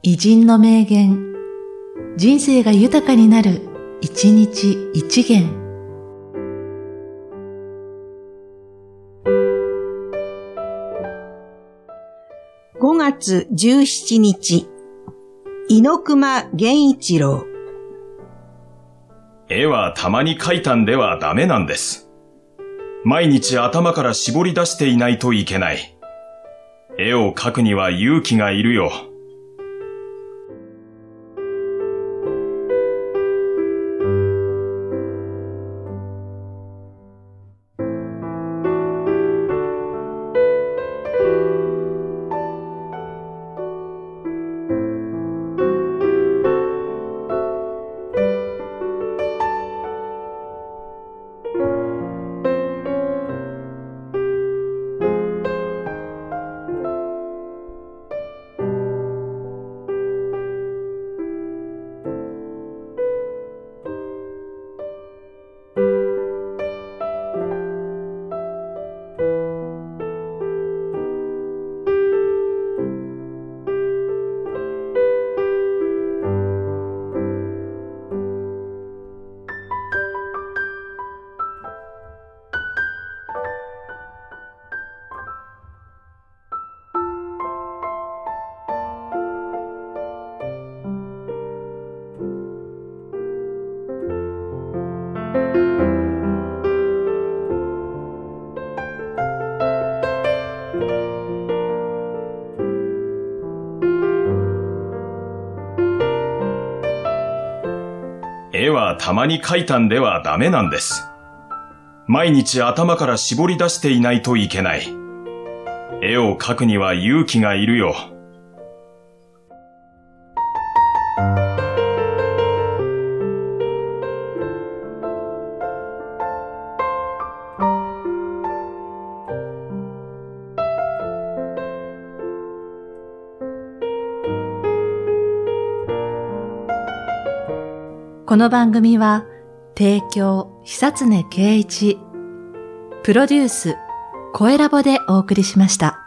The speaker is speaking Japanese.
偉人の名言、人生が豊かになる、一日一元。 5月17日、猪熊源一郎。 絵はたまに描いたんではダメなんです。毎日頭から絞り出していないといけない。絵を描くには勇気がいるよ。絵はたまに描いたんではダメなんです。毎日頭から絞り出していないといけない。絵を描くには勇気がいるよ。 この番組は、提供、久常圭一、プロデュース、声ラボでお送りしました。